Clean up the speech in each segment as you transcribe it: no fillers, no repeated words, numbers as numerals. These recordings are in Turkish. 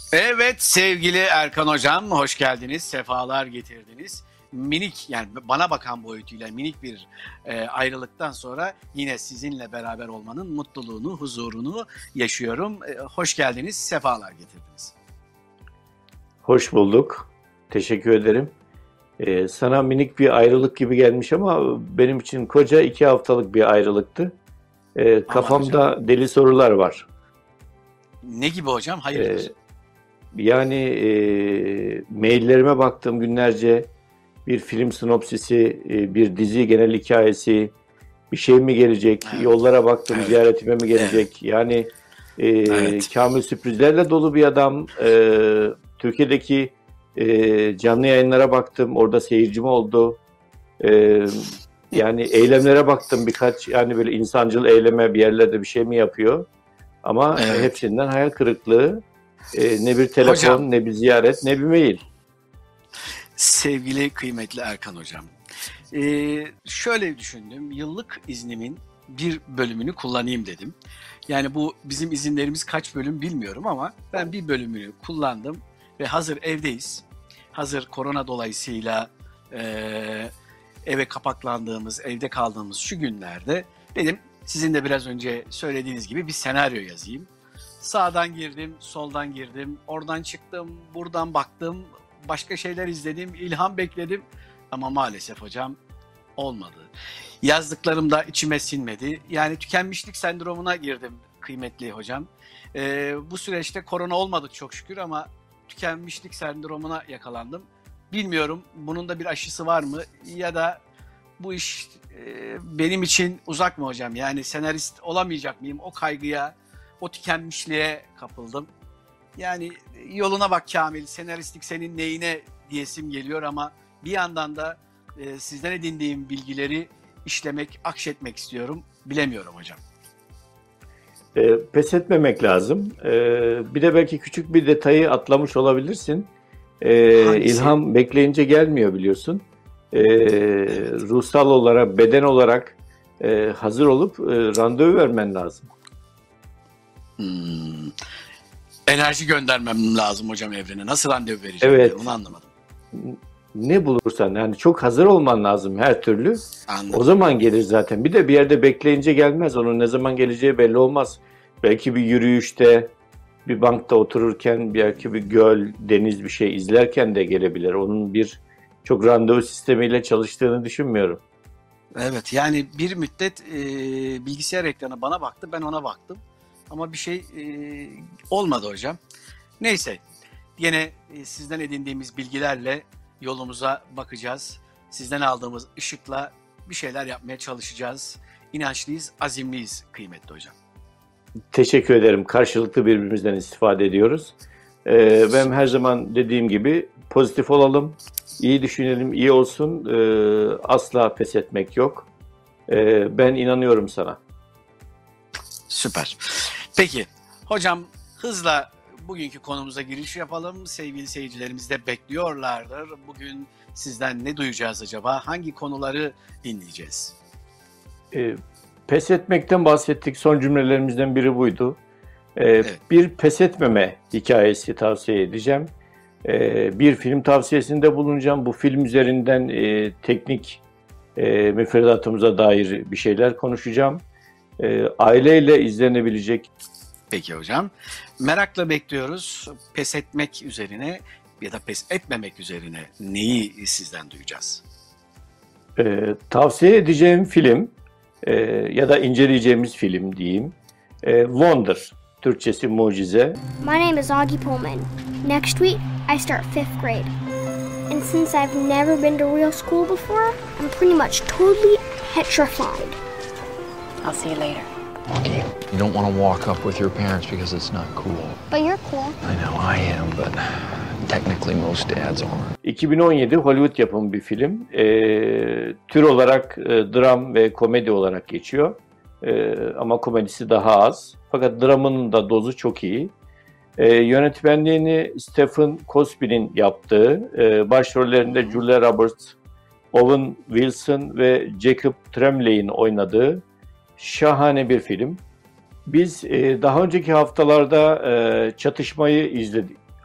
Evet sevgili Erkan Hocam, hoş geldiniz, sefalar getirdiniz. Minik, yani bana bakan boyutuyla minik bir ayrılıktan sonra yine sizinle beraber olmanın mutluluğunu, huzurunu yaşıyorum. Hoş geldiniz, sefalar getirdiniz. Hoş bulduk. Teşekkür ederim. Sana minik bir ayrılık gibi gelmiş ama benim için koca 2 haftalık bir ayrılıktı. Aman hocam. Kafamda deli sorular var. Ne gibi hocam? Ee, Hayırdır? yani maillerime baktım günlerce. Bir film sinopsisi, bir dizi genel hikayesi, bir şey mi gelecek? Evet, Yollara baktım, evet, ziyaretime mi evet, gelecek? Yani evet. kamil sürprizlerle dolu bir adam. Türkiye'deki canlı yayınlara baktım, orada seyircim oldu. E, yani eylemlere baktım birkaç, yani böyle insancıl eyleme bir yerlerde bir şey mi yapıyor? Ama Evet. hepsinden hayal kırıklığı. Ne bir Hocam, telefon, ne bir ziyaret, ne bir mail. sevgili kıymetli Erkan Hocam. Şöyle düşündüm, yıllık iznimin bir bölümünü kullanayım dedim. Yani bu bizim izinlerimiz kaç bölüm bilmiyorum ama ben bir bölümünü kullandım ve hazır evdeyiz. Hazır korona dolayısıyla eve kapaklandığımız, evde kaldığımız şu günlerde dedim sizin de biraz önce söylediğiniz gibi bir senaryo yazayım. Sağdan girdim, soldan girdim, oradan çıktım, buradan baktım, başka şeyler izledim, ilham bekledim ama maalesef hocam olmadı. Yazdıklarım da içime sinmedi. Yani tükenmişlik sendromuna girdim kıymetli hocam. Bu süreçte korona olmadı çok şükür ama tükenmişlik sendromuna yakalandım. Bilmiyorum bunun da bir aşısı var mı ya da bu iş benim için uzak mı hocam? Yani senarist olamayacak mıyım? O kaygıya, o tükenmişliğe kapıldım. Yani yoluna bak Kamil, senaristlik senin neyine diyesim geliyor ama bir yandan da sizden edindiğim bilgileri işlemek, akşetmek istiyorum. Bilemiyorum hocam. Pes etmemek lazım. Bir de belki küçük bir detayı atlamış olabilirsin. Hangisi? İlham bekleyince gelmiyor biliyorsun. Ee, Evet. ruhsal olarak, beden olarak hazır olup randevu vermen lazım. Hmm. Enerji göndermem lazım hocam evrene. Nasıl randevu vereceğim ben onu Evet, anlamadım. ne bulursan yani çok hazır olman lazım her türlü. O Anladım. zaman gelir zaten. Bir de bir yerde bekleyince gelmez. Onun ne zaman geleceği belli olmaz. Belki bir yürüyüşte, bir bankta otururken, belki bir göl, deniz bir şey izlerken de gelebilir. Onun bir çok randevu sistemiyle çalıştığını düşünmüyorum. Evet yani bir müddet bilgisayar ekranı bana baktı ben ona baktım. Ama bir şey olmadı hocam. Neyse yine sizden edindiğimiz bilgilerle yolumuza bakacağız. Sizden aldığımız ışıkla bir şeyler yapmaya çalışacağız. İnançlıyız, azimliyiz kıymetli hocam. Teşekkür ederim. Karşılıklı birbirimizden istifade ediyoruz. Ben her Süper. zaman dediğim gibi pozitif olalım, iyi düşünelim, iyi olsun. Asla pes etmek yok. Ben inanıyorum sana. Süper. Peki hocam hızla bugünkü konumuza giriş yapalım. Sevgili seyircilerimiz de bekliyorlardır. Bugün sizden ne duyacağız acaba? Hangi konuları dinleyeceğiz? Ee, Pes etmekten bahsettik. Son cümlelerimizden biri buydu. Evet. Bir pes etmeme hikayesi tavsiye edeceğim. Bir film tavsiyesinde bulunacağım. Bu film üzerinden teknik müfredatımıza dair bir şeyler konuşacağım. Aileyle izlenebilecek. Peki hocam. Merakla bekliyoruz. Pes etmek üzerine ya da pes etmemek üzerine neyi sizden duyacağız? Tavsiye edeceğim film ya da inceleyeceğimiz film diyeyim. Wonder, Türkçesi mucize. My name is Augie Pullman. Next week, I start fifth grade. And since I've never been to real school before, I'm pretty much totally petrified. I'll see you later. Okay, you don't want to walk up with your parents because it's not cool. But you're cool. I know I am, but technically most dads aren't. 2017 Hollywood yapımı bir film. Tür olarak dram ve komedi olarak geçiyor. Ama komedisi daha az. Fakat dramının da dozu çok iyi. Yönetmenliğini Stephen Cosby'nin yaptığı, başrollerinde Julia Roberts, Owen Wilson ve Jacob Tremblay'in oynadığı şahane bir film. Biz daha önceki haftalarda çatışmayı izledik.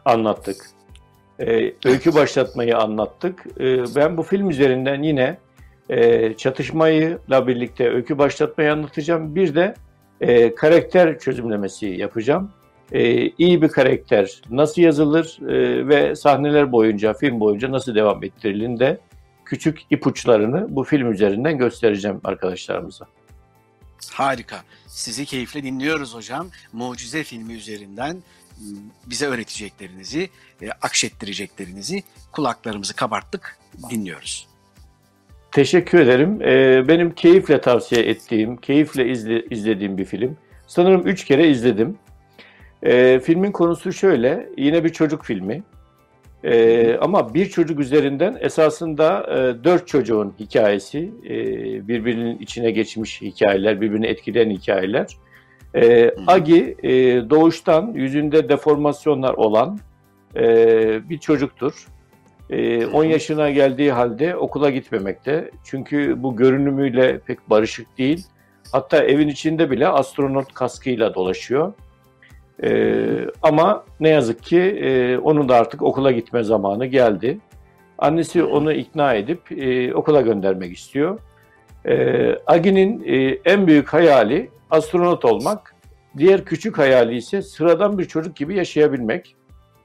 anlattık. Öykü başlatmayı anlattık. Ben bu film üzerinden yine çatışmayla birlikte öykü başlatmayı anlatacağım. Bir de karakter çözümlemesi yapacağım. İyi bir karakter nasıl yazılır ve sahneler boyunca, film boyunca nasıl devam ettirilir de küçük ipuçlarını bu film üzerinden göstereceğim arkadaşlarımıza. Harika. Sizi keyifle dinliyoruz hocam. Mucize filmi üzerinden bize öğreteceklerinizi, akşettireceklerinizi kulaklarımızı kabarttık, dinliyoruz. Teşekkür ederim. Benim keyifle tavsiye ettiğim, keyifle izlediğim bir film. Sanırım 3 kere izledim. Filmin konusu şöyle, yine bir çocuk filmi. Ama bir çocuk üzerinden esasında 4 çocuğun hikayesi, birbirinin içine geçmiş hikayeler, birbirini etkileyen hikayeler. Agi doğuştan yüzünde deformasyonlar olan bir çocuktur. 10 yaşına geldiği halde okula gitmemekte. Çünkü bu görünümüyle pek barışık değil. Hatta evin içinde bile astronot kaskıyla dolaşıyor. Ama ne yazık ki onun da artık okula gitme zamanı geldi. Annesi onu ikna edip okula göndermek istiyor. Agi'nin en büyük hayali astronot olmak. Diğer küçük hayali ise sıradan bir çocuk gibi yaşayabilmek.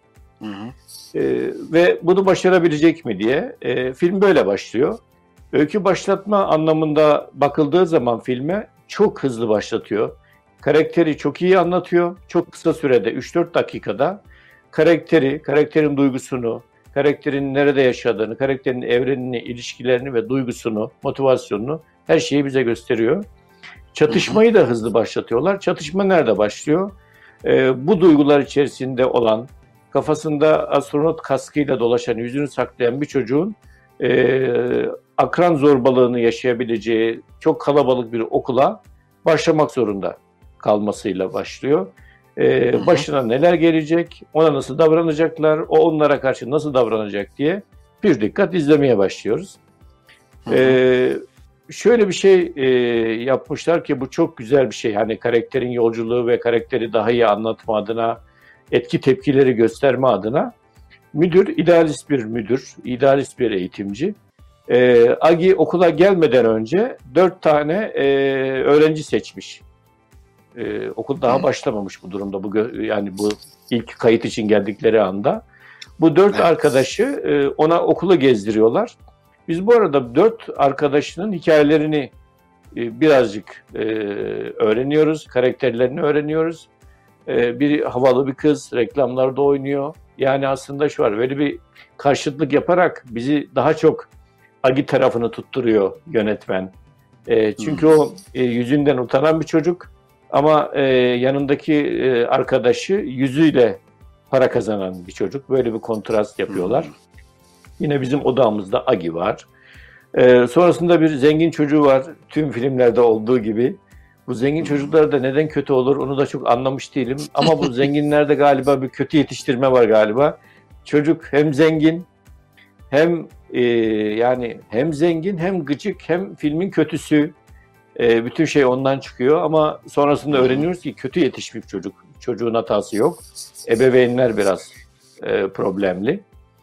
Ve bunu başarabilecek mi diye. Film böyle başlıyor. Öykü başlatma anlamında bakıldığı zaman filme çok hızlı başlatıyor. Karakteri çok iyi anlatıyor. Çok kısa sürede 3-4 dakikada karakterin duygusunu, karakterin nerede yaşadığını, karakterin evrenini, ilişkilerini ve duygusunu, motivasyonunu her şeyi bize gösteriyor. Çatışmayı da hızlı başlatıyorlar. Çatışma nerede başlıyor? Bu duygular içerisinde olan, kafasında astronot kaskıyla dolaşan, yüzünü saklayan bir çocuğun akran zorbalığını yaşayabileceği çok kalabalık bir okula başlamak zorunda kalmasıyla başlıyor. Başına neler gelecek, ona nasıl davranacaklar, o onlara karşı nasıl davranacak diye bir dikkat izlemeye başlıyoruz. Şöyle bir şey yapmışlar ki bu çok güzel bir şey. Hani karakterin yolculuğu ve karakteri daha iyi anlatma adına, etki tepkileri gösterme adına. Müdür, idealist bir müdür, idealist bir eğitimci. Agi okula gelmeden önce 4 tane öğrenci seçmiş. Okul daha başlamamış bu durumda. Yani bu ilk kayıt için geldikleri anda. Bu 4 arkadaşı ona okulu gezdiriyorlar. Biz bu arada 4 arkadaşının hikayelerini birazcık öğreniyoruz. Karakterlerini öğreniyoruz. Bir havalı bir kız, reklamlarda oynuyor. Yani aslında şu var, böyle bir karşıtlık yaparak bizi daha çok Agi tarafını tutturuyor yönetmen. Çünkü o yüzünden utanan bir çocuk ama yanındaki arkadaşı yüzüyle para kazanan bir çocuk. Böyle bir kontrast yapıyorlar. Yine bizim odamızda Agi var. Sonrasında bir zengin çocuğu var. Tüm filmlerde olduğu gibi. Bu zengin çocuklar da neden kötü olur onu da çok anlamış değilim. Ama bu zenginlerde galiba bir kötü yetiştirme var galiba. Çocuk hem zengin hem yani hem zengin hem gıcık hem filmin kötüsü. Bütün şey ondan çıkıyor ama sonrasında öğreniyoruz ki kötü yetişmiş çocuk. Çocuğun hatası yok. Ebeveynler biraz problemli.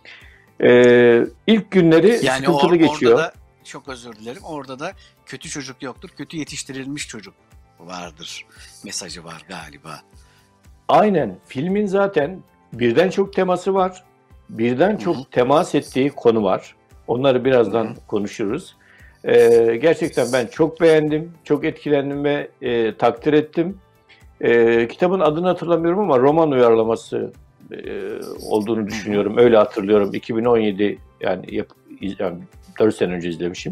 İlk günleri yani sıkıntılı geçiyor. Orada da, çok özür dilerim, orada da kötü çocuk yoktur, kötü yetiştirilmiş çocuk vardır mesajı var galiba. Aynen. Filmin zaten birden çok teması var. Birden çok temas ettiği konu var. Onları birazdan konuşuruz. Gerçekten ben çok beğendim, çok etkilendim ve takdir ettim. Kitabın adını hatırlamıyorum ama roman uyarlaması olduğunu düşünüyorum. Öyle hatırlıyorum. 2017 yani 4 sene önce izlemişim.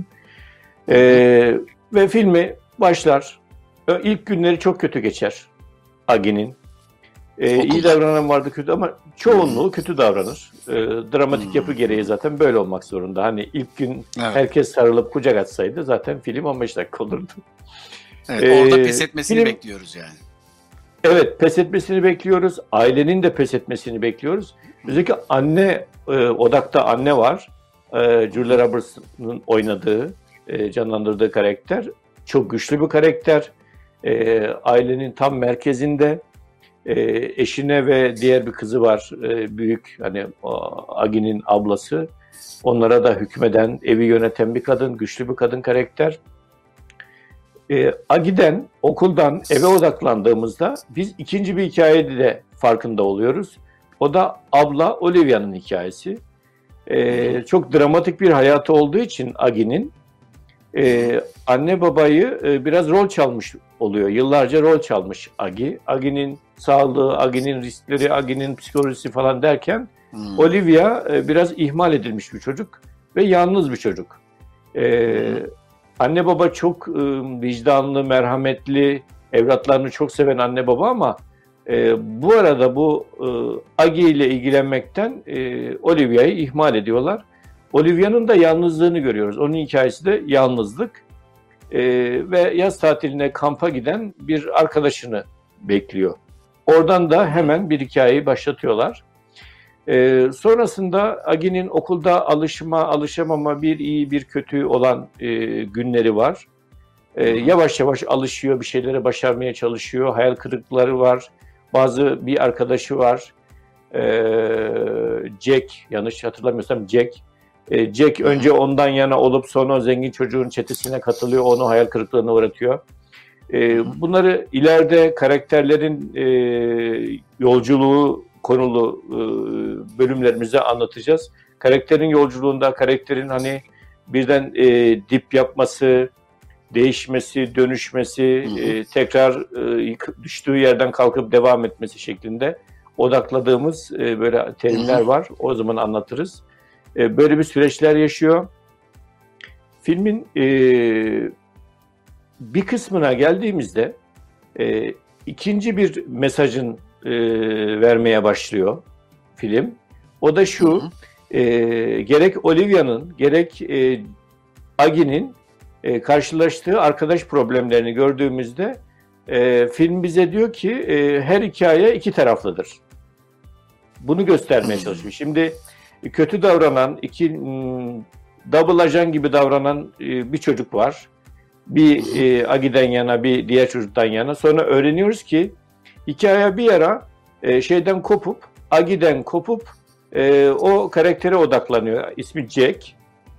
Ve filmi başlar. İlk günleri çok kötü geçer Agi'nin. İyi davranan vardı kötü ama çoğunluğu kötü davranır. Dramatik yapı gereği zaten böyle olmak zorunda. Hani ilk gün herkes sarılıp kucak atsaydı zaten film 15 dakika olurdu. Evet, orada pes etmesini bekliyoruz yani. Evet, pes etmesini bekliyoruz. Ailenin de pes etmesini bekliyoruz. Özellikle anne, odakta anne var. Julia Roberts'ın oynadığı, canlandırdığı karakter. Çok güçlü bir karakter. Ailenin tam merkezinde. Eşine ve diğer bir kızı var, büyük, hani Agi'nin ablası. Onlara da hükmeden, evi yöneten bir kadın, güçlü bir kadın karakter. Agi'den, okuldan eve odaklandığımızda biz ikinci bir hikayede de farkında oluyoruz. O da abla Olivia'nın hikayesi. Çok dramatik bir hayatı olduğu için Agi'nin anne babayı biraz rol çalmış oluyor. Yıllarca rol çalmış Agi. Agi'nin sağlığı, Agi'nin riskleri, Agi'nin psikolojisi falan derken Olivia biraz ihmal edilmiş bir çocuk ve yalnız bir çocuk. Anne baba çok vicdanlı, merhametli, evlatlarını çok seven anne baba ama bu arada bu Agi ile ilgilenmekten Olivia'yı ihmal ediyorlar. Olivia'nın da yalnızlığını görüyoruz. Onun hikayesi de yalnızlık. Ve yaz tatiline kampa giden bir arkadaşını bekliyor. Oradan da hemen bir hikayeyi başlatıyorlar. Sonrasında Agi'nin okulda alışamama, bir iyi bir kötü olan günleri var. Yavaş yavaş alışıyor, bir şeylere başarmaya çalışıyor. Hayal kırıklıkları var. Bir arkadaşı var. Jack, yanlış hatırlamıyorsam Jack. Jack önce ondan yana olup sonra zengin çocuğun çetesine katılıyor, onu hayal kırıklığına uğratıyor. Bunları ileride karakterlerin yolculuğu konulu bölümlerimize anlatacağız. Karakterin yolculuğunda karakterin hani birden dip yapması, değişmesi, dönüşmesi, tekrar düştüğü yerden kalkıp devam etmesi şeklinde odakladığımız böyle terimler var. O zaman anlatırız. Böyle bir süreçler yaşıyor. Filmin bir kısmına geldiğimizde ikinci bir mesajın vermeye başlıyor film. O da şu, gerek Olivia'nın gerek Agi'nin karşılaştığı arkadaş problemlerini gördüğümüzde film bize diyor ki her hikaye iki taraflıdır. Bunu göstermeye çalışıyor. Şimdi kötü davranan, double ajan gibi davranan bir çocuk var. Bir Agi'den yana, bir diğer çocuktan yana. Sonra öğreniyoruz ki hikaye bir ara şeyden kopup, Agi'den kopup o karaktere odaklanıyor. İsmi Jack.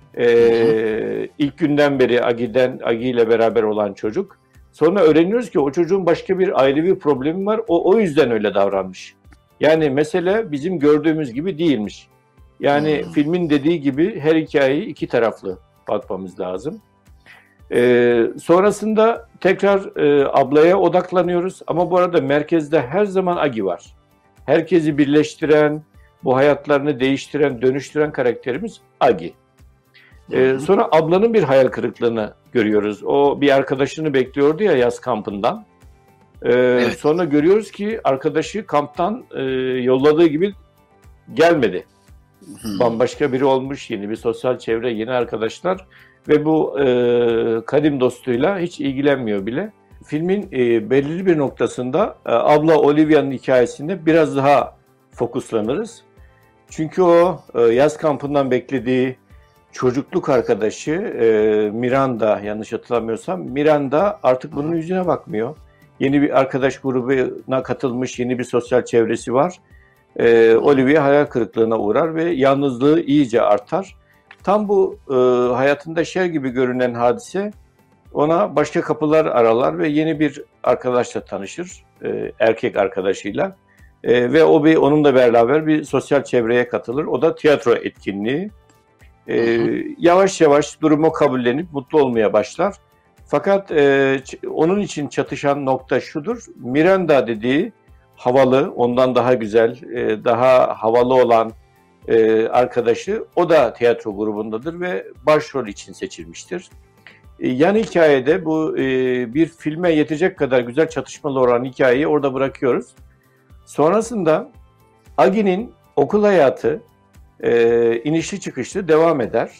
İlk günden beri Agi ile beraber olan çocuk. Sonra öğreniyoruz ki o çocuğun başka bir ailevi problemi var. O yüzden öyle davranmış. Yani mesele bizim gördüğümüz gibi değilmiş. Yani filmin dediği gibi her hikayeyi iki taraflı bakmamız lazım. Sonrasında tekrar ablaya odaklanıyoruz. Ama bu arada merkezde her zaman Agi var. Herkesi birleştiren, bu hayatlarını değiştiren, dönüştüren karakterimiz Agi. Sonra ablanın bir hayal kırıklığını görüyoruz. O bir arkadaşını bekliyordu ya yaz kampından. Evet. Sonra görüyoruz ki arkadaşı kamptan yolladığı gibi gelmedi. Bambaşka biri olmuş, yeni bir sosyal çevre, yeni arkadaşlar ve bu kadim dostuyla hiç ilgilenmiyor bile. Filmin belirli bir noktasında abla Olivia'nın hikayesinde biraz daha fokuslanırız. Çünkü o yaz kampından beklediği çocukluk arkadaşı Miranda, yanlış hatırlamıyorsam, Miranda artık bunun yüzüne bakmıyor. Yeni bir arkadaş grubuna katılmış, yeni bir sosyal çevresi var. Olivia hayal kırıklığına uğrar ve yalnızlığı iyice artar. Tam bu hayatında gibi görünen hadise ona başka kapılar aralar ve yeni bir arkadaşla tanışır, erkek arkadaşıyla. Ve onunla beraber bir sosyal çevreye katılır. O da tiyatro etkinliği. Yavaş yavaş durumu kabullenip mutlu olmaya başlar. Fakat onun için çatışan nokta şudur. Miranda dediği havalı, ondan daha güzel, daha havalı olan arkadaşı, o da tiyatro grubundadır ve başrol için seçilmiştir. Yan hikayede bu bir filme yetecek kadar güzel çatışmalı olan hikayeyi orada bırakıyoruz. Sonrasında Agi'nin okul hayatı inişli çıkışlı devam eder.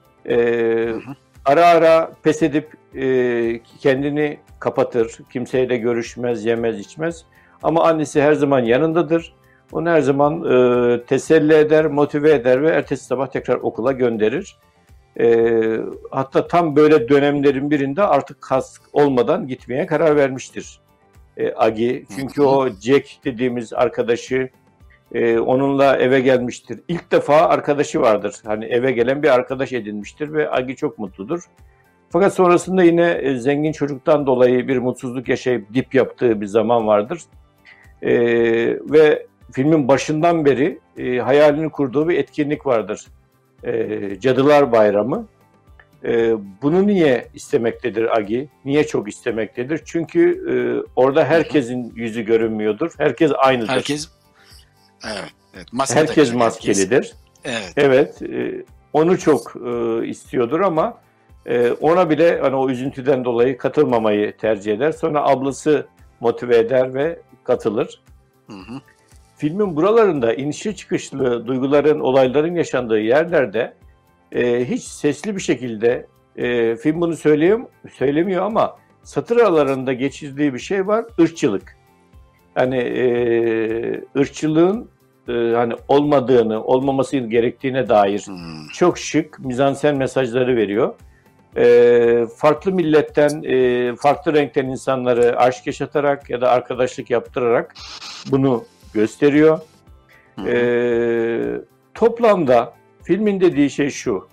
Ara ara pes edip kendini kapatır, kimseyle görüşmez, yemez, içmez. Ama annesi her zaman yanındadır. Onu her zaman teselli eder, motive eder ve ertesi sabah tekrar okula gönderir. Hatta tam böyle dönemlerin birinde artık kask olmadan gitmeye karar vermiştir Agi. Çünkü o Jack dediğimiz arkadaşı onunla eve gelmiştir. İlk defa arkadaşı vardır. Hani eve gelen bir arkadaş edinmiştir ve Agi çok mutludur. Fakat sonrasında yine zengin çocuktan dolayı bir mutsuzluk yaşayıp dip yaptığı bir zaman vardır. Ve filmin başından beri hayalini kurduğu bir etkinlik vardır. Cadılar Bayramı. Bunu niye istemektedir Agi? Niye çok istemektedir? Çünkü orada herkesin yüzü görünmüyordur. Herkes aynıdır. Herkes herkes maskelidir. Evet. Onu çok istiyordur ama ona bile hani o üzüntüden dolayı katılmamayı tercih eder. Sonra ablası motive eder ve katılır. Filmin buralarında inişli çıkışlı duyguların, olayların yaşandığı yerlerde hiç sesli bir şekilde film bunu söylemiyor ama satır aralarında geçirdiği bir şey var, ırkçılık. Yani ırkçılığın hani olmadığını, olmaması gerektiğine dair çok şık mizansen mesajları veriyor. Farklı milletten, farklı renkten insanları aşk yaşatarak ya da arkadaşlık yaptırarak bunu gösteriyor. Toplamda filmin dediği şey şu: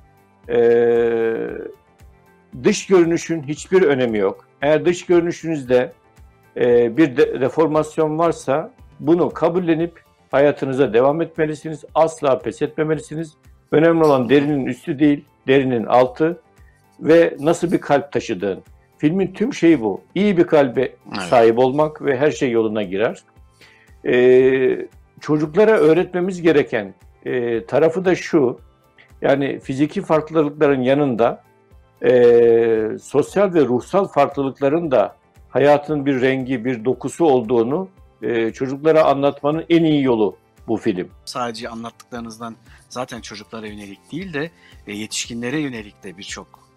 dış görünüşün hiçbir önemi yok. Eğer dış görünüşünüzde bir deformasyon varsa bunu kabullenip hayatınıza devam etmelisiniz. Asla pes etmemelisiniz. Önemli olan derinin üstü değil, derinin altı ve nasıl bir kalp taşıdığın. Filmin tüm şeyi bu. İyi bir kalbe sahip olmak ve her şey yoluna girer. Çocuklara öğretmemiz gereken tarafı da şu: yani fiziki farklılıkların yanında sosyal ve ruhsal farklılıkların da hayatın bir rengi, bir dokusu olduğunu çocuklara anlatmanın en iyi yolu bu film. Sadece anlattıklarınızdan zaten çocuklara yönelik değil de yetişkinlere yönelik de birçok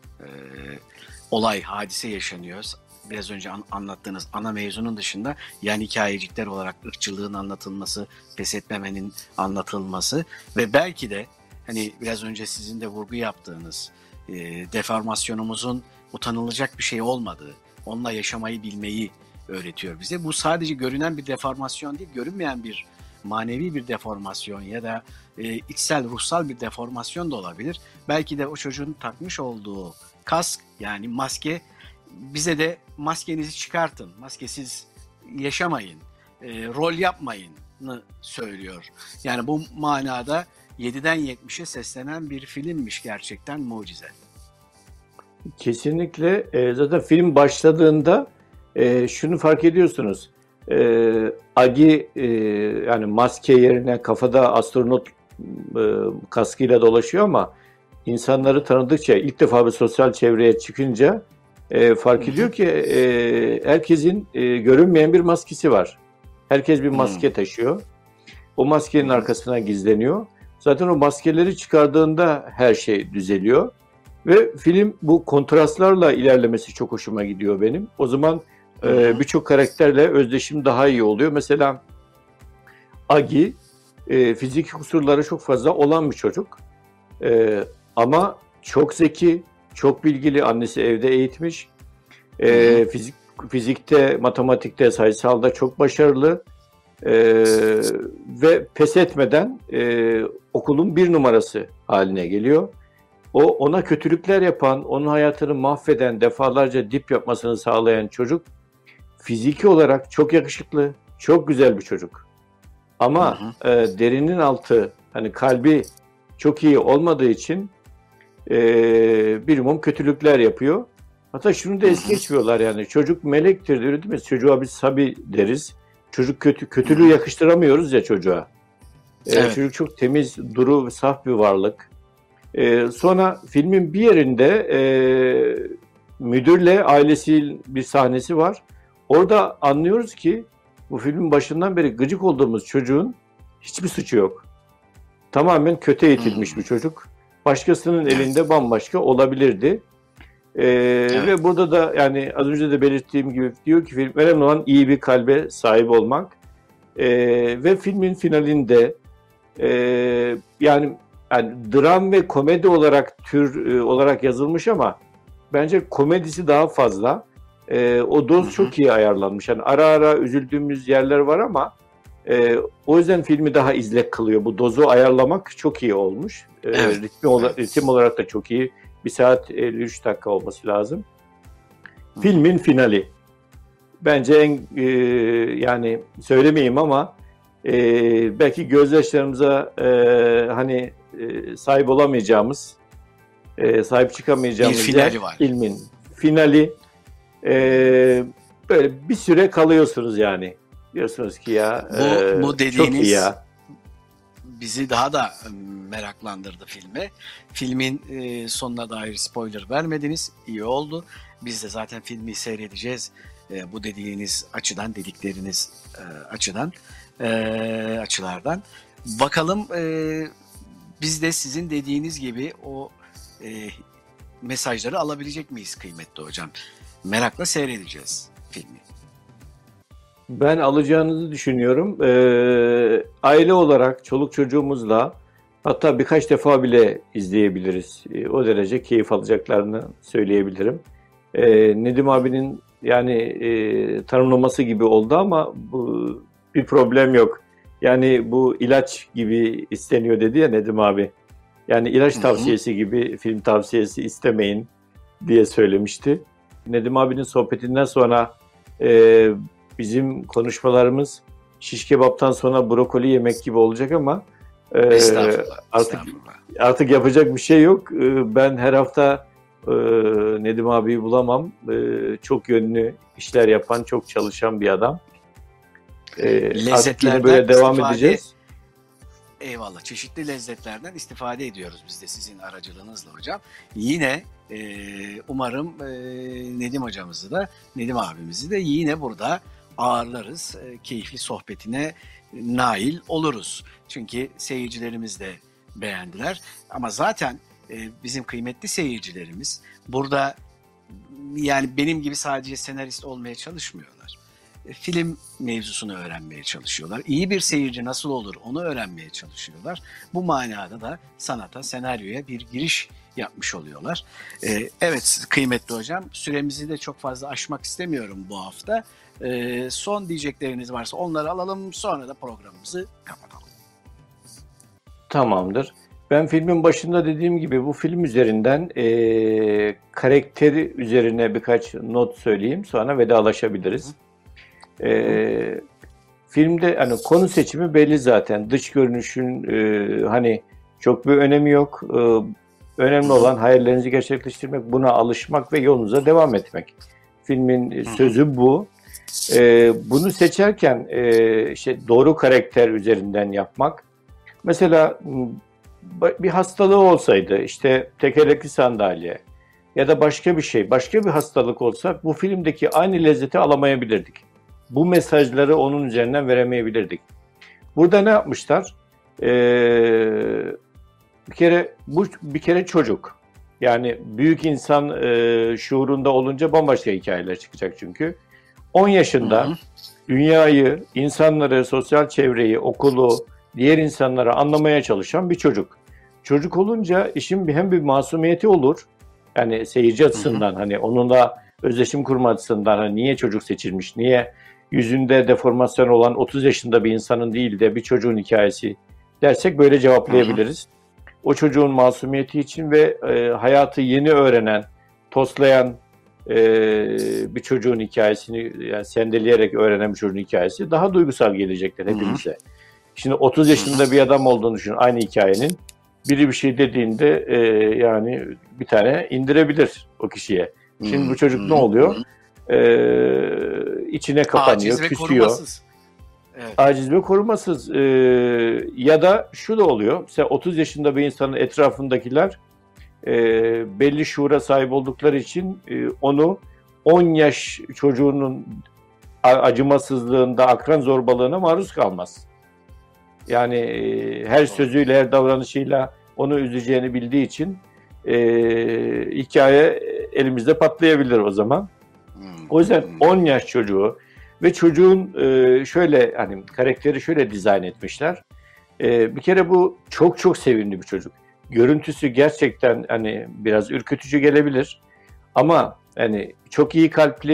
olay, hadise yaşanıyor. Biraz önce anlattığınız ana mevzunun dışında yani hikayecikler olarak ırkçılığın anlatılması, pes etmemenin anlatılması ve belki de hani biraz önce sizin de vurgu yaptığınız deformasyonumuzun utanılacak bir şey olmadığı, onunla yaşamayı bilmeyi öğretiyor bize. Bu sadece görünen bir deformasyon değil, görünmeyen bir manevi bir deformasyon ya da içsel, ruhsal bir deformasyon da olabilir. Belki de o çocuğun takmış olduğu kask yani maske bize de maskenizi çıkartın, maskesiz yaşamayın, rol yapmayın'ı söylüyor. Yani bu manada 7'den 70'e seslenen bir filmmiş, gerçekten mucize. Kesinlikle. Zaten film başladığında şunu fark ediyorsunuz. Agi yani maske yerine kafada astronot kaskıyla dolaşıyor ama insanları tanıdıkça, ilk defa bir sosyal çevreye çıkınca fark ediyor ki herkesin görünmeyen bir maskesi var. Herkes bir maske taşıyor. O maskenin arkasına gizleniyor. Zaten o maskeleri çıkardığında her şey düzeliyor. Ve film bu kontrastlarla ilerlemesi çok hoşuma gidiyor benim. O zaman birçok karakterle özdeşim daha iyi oluyor. Mesela Agi fiziki kusurları çok fazla olan bir çocuk. Ama çok zeki, çok bilgili, annesi evde eğitmiş. Fizikte, matematikte, sayısalda çok başarılı. Ve pes etmeden okulun bir numarası haline geliyor. Ona kötülükler yapan, onun hayatını mahveden, defalarca dip yapmasını sağlayan çocuk fiziki olarak çok yakışıklı, çok güzel bir çocuk. Ama derinin altı, hani kalbi çok iyi olmadığı için bir mum kötülükler yapıyor. Hatta şunu da es geçmiyorlar, yani çocuk melektir diyor, değil mi? Çocuğa biz sabi deriz. Çocuk kötülüğü yakıştıramıyoruz ya çocuğa. Evet. Çocuk çok temiz, duru, saf bir varlık. Sonra filmin bir yerinde müdürle ailesi bir sahnesi var. Orada anlıyoruz ki bu filmin başından beri gıcık olduğumuz çocuğun hiçbir suçu yok. Tamamen kötü eğitilmiş bir çocuk. Başkasının elinde bambaşka olabilirdi. Evet. Ve burada da yani az önce de belirttiğim gibi diyor ki film önemli olan iyi bir kalbe sahip olmak. Ve filmin finalinde yani dram ve komedi olarak tür olarak yazılmış ama bence komedisi daha fazla. O doz çok iyi ayarlanmış. Yani ara ara üzüldüğümüz yerler var ama o yüzden filmi daha izlek kılıyor. Bu dozu ayarlamak çok iyi olmuş. Evet. Ritim olarak da çok iyi. 1 saat 53 dakika olması lazım. Filmin finali. Bence yani söylemeyeyim ama belki gözyaşlarımıza hani sahip olamayacağımız, sahip çıkamayacağımız bir finali var. Filmin finali. Böyle bir süre kalıyorsunuz yani. Diyorsunuz ki ya bu çok iyi dediğiniz ya. bizi daha da meraklandırdı filme. Filmin sonuna dair spoiler vermediniz. İyi oldu. Biz de zaten filmi seyredeceğiz. Bu dediğiniz açıdan, dedikleriniz açılardan. Bakalım biz de sizin dediğiniz gibi o mesajları alabilecek miyiz kıymetli hocam? Merakla seyredeceğiz filmi. Ben alacağınızı düşünüyorum. Aile olarak çoluk çocuğumuzla hatta birkaç defa bile izleyebiliriz. O derece keyif alacaklarını söyleyebilirim. Nedim abinin yani tanımlaması gibi oldu ama bu bir problem yok. Yani bu ilaç gibi isteniyor dedi ya Nedim abi. Yani ilaç tavsiyesi gibi film tavsiyesi istemeyin diye söylemişti. Nedim abinin sohbetinden sonra bizim konuşmalarımız şiş kebaptan sonra brokoli yemek gibi olacak ama artık yapacak bir şey yok. Ben her hafta Nedim abiyi bulamam. Çok yönlü işler yapan, çok çalışan bir adam. Artık yine böyle devam edeceğiz. Eyvallah. Çeşitli lezzetlerden istifade ediyoruz biz de sizin aracılığınızla hocam. Yine umarım Nedim hocamızı da, Nedim abimizi de yine burada ağırlarız. Keyifli sohbetine nail oluruz. Çünkü seyircilerimiz de beğendiler. Ama zaten bizim kıymetli seyircilerimiz burada yani benim gibi sadece senarist olmaya çalışmıyorlar. Film mevzusunu öğrenmeye çalışıyorlar. İyi bir seyirci nasıl olur onu öğrenmeye çalışıyorlar. Bu manada da sanata, senaryoya bir giriş yapmış oluyorlar. Evet kıymetli hocam, süremizi de çok fazla aşmak istemiyorum bu hafta. Son diyecekleriniz varsa onları alalım, sonra da programımızı kapatalım. Tamamdır. Ben filmin başında dediğim gibi bu film üzerinden karakteri üzerine birkaç not söyleyeyim, sonra vedalaşabiliriz. Filmde hani konu seçimi belli zaten. Dış görünüşün hani çok bir önemi yok. Önemli olan hayallerinizi gerçekleştirmek, buna alışmak ve yolunuza devam etmek. Filmin sözü bu. Bunu seçerken işte doğru karakter üzerinden yapmak. Mesela bir hastalığı olsaydı, işte tekerlekli sandalye ya da başka bir şey, başka bir hastalık olsa bu filmdeki aynı lezzeti alamayabilirdik. Bu mesajları onun üzerinden veremeyebilirdik. Burada ne yapmışlar? Bir kere çocuk. Yani büyük insan şuurunda olunca bambaşka hikayeler çıkacak çünkü. 10 yaşında dünyayı, insanları, sosyal çevreyi, okulu, diğer insanları anlamaya çalışan bir çocuk. Çocuk olunca işin hem bir masumiyeti olur. Yani seyirci açısından hani onunla özdeşim kurma açısından hani niye çocuk seçilmiş, niye yüzünde deformasyon olan 30 yaşında bir insanın değil de bir çocuğun hikayesi dersek böyle cevaplayabiliriz. O çocuğun masumiyeti için ve hayatı yeni öğrenen, toslayan bir çocuğun hikayesini yani sendeleyerek öğrenen bir çocuğun hikayesi daha duygusal gelecektir hepimize. Şimdi 30 yaşında bir adam olduğunu düşün aynı hikayenin. Biri bir şey dediğinde yani bir tane indirebilir o kişiye. Şimdi bu çocuk ne oluyor? İçine kapanıyor, küsüyor. Evet. Aciz ve korumasız. Ya da şu da oluyor. Mesela 30 yaşında bir insanın etrafındakiler belli şuura sahip oldukları için onu 10 yaş çocuğunun acımasızlığında, akran zorbalığına maruz kalmaz. Yani her sözüyle, her davranışıyla onu üzeceğini bildiği için hikaye elimizde patlayabilir o zaman. O yüzden 10 yaş çocuğu ve çocuğun şöyle hani karakteri şöyle dizayn etmişler. Bir kere bu çok çok sevimli bir çocuk. Görüntüsü gerçekten hani biraz ürkütücü gelebilir ama hani çok iyi kalpli,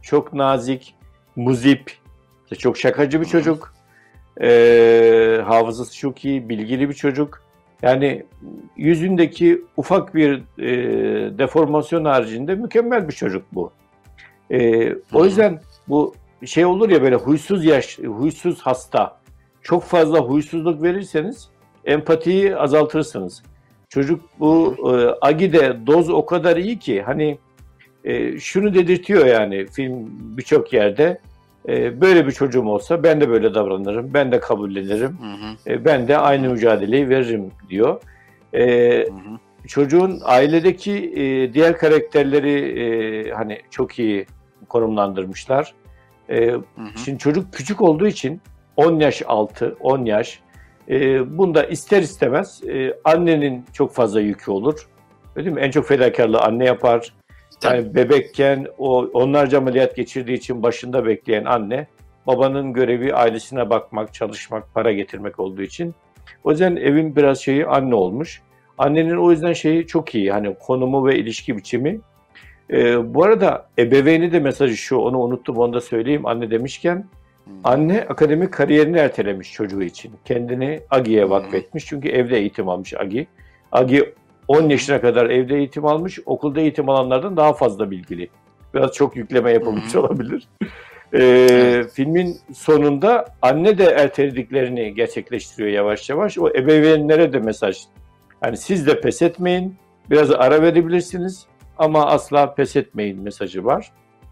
çok nazik, muzip, çok şakacı bir çocuk. Hafızası çok iyi, bilgili bir çocuk. Yani yüzündeki ufak bir deformasyon haricinde mükemmel bir çocuk bu. O yüzden bu şey olur ya, böyle huysuz hasta. Çok fazla huysuzluk verirseniz empatiyi azaltırsınız. Çocuk bu Agi'de doz o kadar iyi ki hani şunu dedirtiyor yani film birçok yerde. Böyle bir çocuğum olsa ben de böyle davranırım, ben de kabullenirim, ben de aynı mücadeleyi veririm diyor. Çocuğun ailedeki diğer karakterleri hani çok iyi konumlandırmışlar. Şimdi çocuk küçük olduğu için 10 yaş altı, 10 yaş. Bunda ister istemez annenin çok fazla yükü olur. Öyle mi? En çok fedakarlığı anne yapar. Yani bebekken onlarca ameliyat geçirdiği için başında bekleyen anne, babanın görevi ailesine bakmak, çalışmak, para getirmek olduğu için. O yüzden evin biraz şeyi anne olmuş. Annenin o yüzden şeyi çok iyi. Hani konumu ve ilişki biçimi. Bu arada ebeveyni de mesajı şu, onu unuttum, onu da söyleyeyim anne demişken. Anne akademik kariyerini ertelemiş çocuğu için. Kendini Agi'ye vakfetmiş. Çünkü evde eğitim almış Agi. Agi 10 yaşına kadar evde eğitim almış. Okulda eğitim alanlardan daha fazla bilgili. Biraz çok yükleme yapılmış olabilir. Filmin sonunda anne de ertelediklerini gerçekleştiriyor yavaş yavaş. O ebeveynlere de mesaj. Yani siz de pes etmeyin. Biraz ara verebilirsiniz. Ama asla pes etmeyin mesajı var.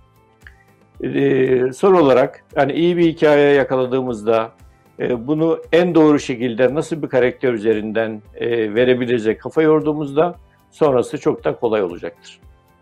Son olarak yani iyi bir hikaye yakaladığımızda bunu en doğru şekilde nasıl bir karakter üzerinden verebiliriz kafa yorduğumuzda sonrası çok da kolay olacaktır.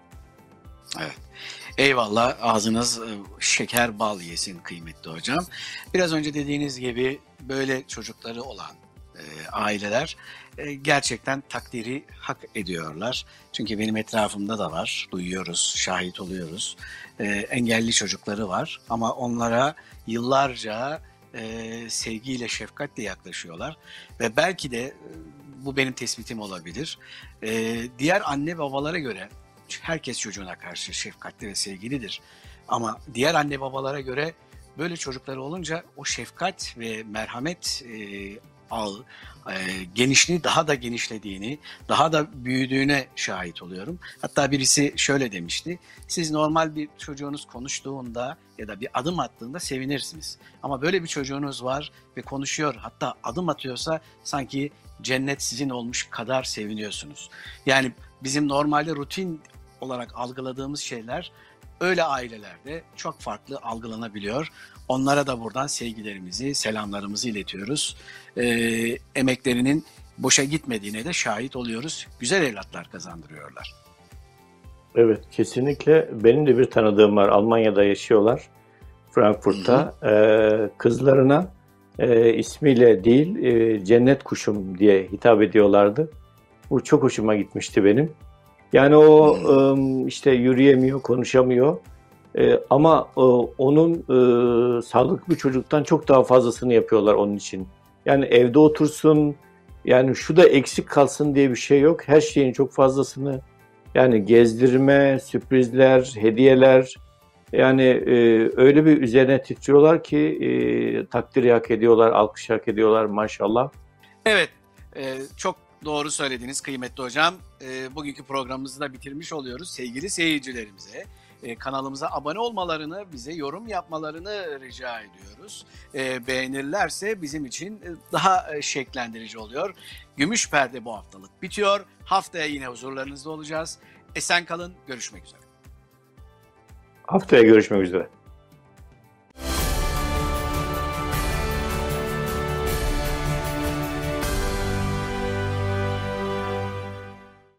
Evet. Eyvallah, ağzınız şeker bal yesin kıymetli hocam. Biraz önce dediğiniz gibi böyle çocukları olan aileler gerçekten takdiri hak ediyorlar. Çünkü benim etrafımda da var, duyuyoruz, şahit oluyoruz. Engelli çocukları var ama onlara yıllarca sevgiyle, şefkatle yaklaşıyorlar. Ve belki de bu benim tespitim olabilir. Diğer anne babalara göre herkes çocuğuna karşı şefkatli ve sevgilidir. Ama diğer anne babalara göre böyle çocukları olunca o şefkat ve merhamet ağı genişliği daha da genişlediğini, daha da büyüdüğüne şahit oluyorum. Hatta birisi şöyle demişti, siz normal bir çocuğunuz konuştuğunda ya da bir adım attığında sevinirsiniz. Ama böyle bir çocuğunuz var ve konuşuyor, hatta adım atıyorsa sanki cennet sizin olmuş kadar seviniyorsunuz. Yani bizim normalde rutin olarak algıladığımız şeyler öyle ailelerde çok farklı algılanabiliyor. Onlara da buradan sevgilerimizi, selamlarımızı iletiyoruz. Emeklerinin boşa gitmediğine de şahit oluyoruz. Güzel evlatlar kazandırıyorlar. Evet, kesinlikle. Benim de bir tanıdığım var. Almanya'da yaşıyorlar. Frankfurt'ta. Kızlarına ismiyle değil, cennet kuşum diye hitap ediyorlardı. Bu çok hoşuma gitmişti benim. Yani o işte yürüyemiyor, konuşamıyor. Ama onun sağlıklı bir çocuktan çok daha fazlasını yapıyorlar onun için. Yani evde otursun, yani şu da eksik kalsın diye bir şey yok. Her şeyin çok fazlasını, yani gezdirme, sürprizler, hediyeler, yani öyle bir üzerine titriyorlar ki takdiri hak ediyorlar, alkış hak ediyorlar maşallah. Evet, çok doğru söylediniz kıymetli hocam. Bugünkü programımızı da bitirmiş oluyoruz. Sevgili seyircilerimize kanalımıza abone olmalarını, bize yorum yapmalarını rica ediyoruz. Beğenirlerse bizim için daha şevklendirici oluyor. Gümüş Perde bu haftalık bitiyor. Haftaya yine huzurlarınızda olacağız. Esen kalın, görüşmek üzere. Haftaya görüşmek üzere.